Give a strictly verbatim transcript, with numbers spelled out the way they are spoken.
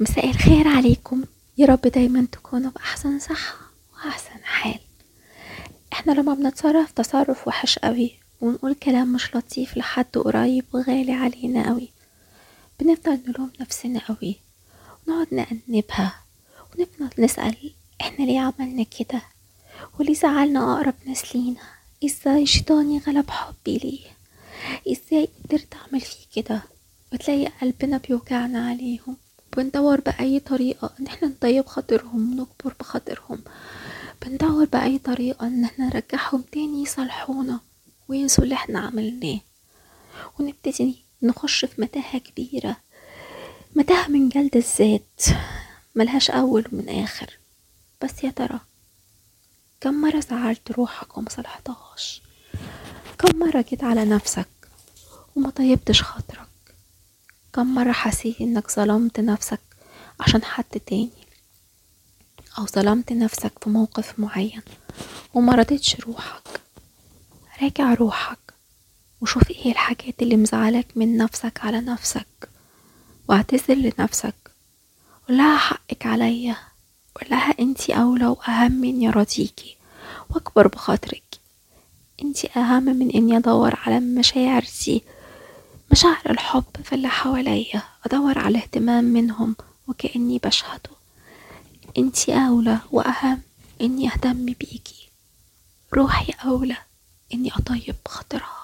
مساء الخير عليكم. يا رب دايما تكونوا بأحسن صحة وأحسن حال. احنا لما بنتصرف تصرف وحش قوي ونقول كلام مش لطيف لحد قريب وغالي علينا قوي، بنفضل نلوم نفسنا قوي ونقعد نأنبها ونفضل نسأل احنا ليه عملنا كده، وليه زعلنا أقرب ناس لينا، ازاي شيطاني غلب حبي ليه، ازاي قدرت اعمل فيه كده. وتلاقي قلبنا بيوجعنا عليهم، بندور بأي طريقة ان احنا نطيب خاطرهم ونكبر بخاطرهم، بندور بأي طريقة ان احنا نرجعهم تاني يصالحونا وينسوا اللي احنا عملناه، ونبتدي نخش في متاهة كبيرة، متاهة من جلد الذات ملهاش أول ومن آخر. بس يا ترى كم مرة زعلت روحك ومصلحتهاش؟ كم مرة جيت على نفسك وما طيبتش خاطرك؟ كم مرة حسيت انك ظلمت نفسك عشان حد تاني، او ظلمت نفسك في موقف معين وما رضيتش روحك؟ راجع روحك وشوف ايه الحاجات اللي مزعلك من نفسك على نفسك، واعتذر لنفسك، قولها حقك عليا، قولها انتي اولى واهم من يراضيكي واكبر بخاطرك. انتي اهم من اني ادور على المشاعر دي، مشاعر الحب في اللي حواليا، ادور على اهتمام منهم وكأني بشهده. انتي اولى واهم اني اهتم بيكي، روحي اولى اني اطيب خاطرها.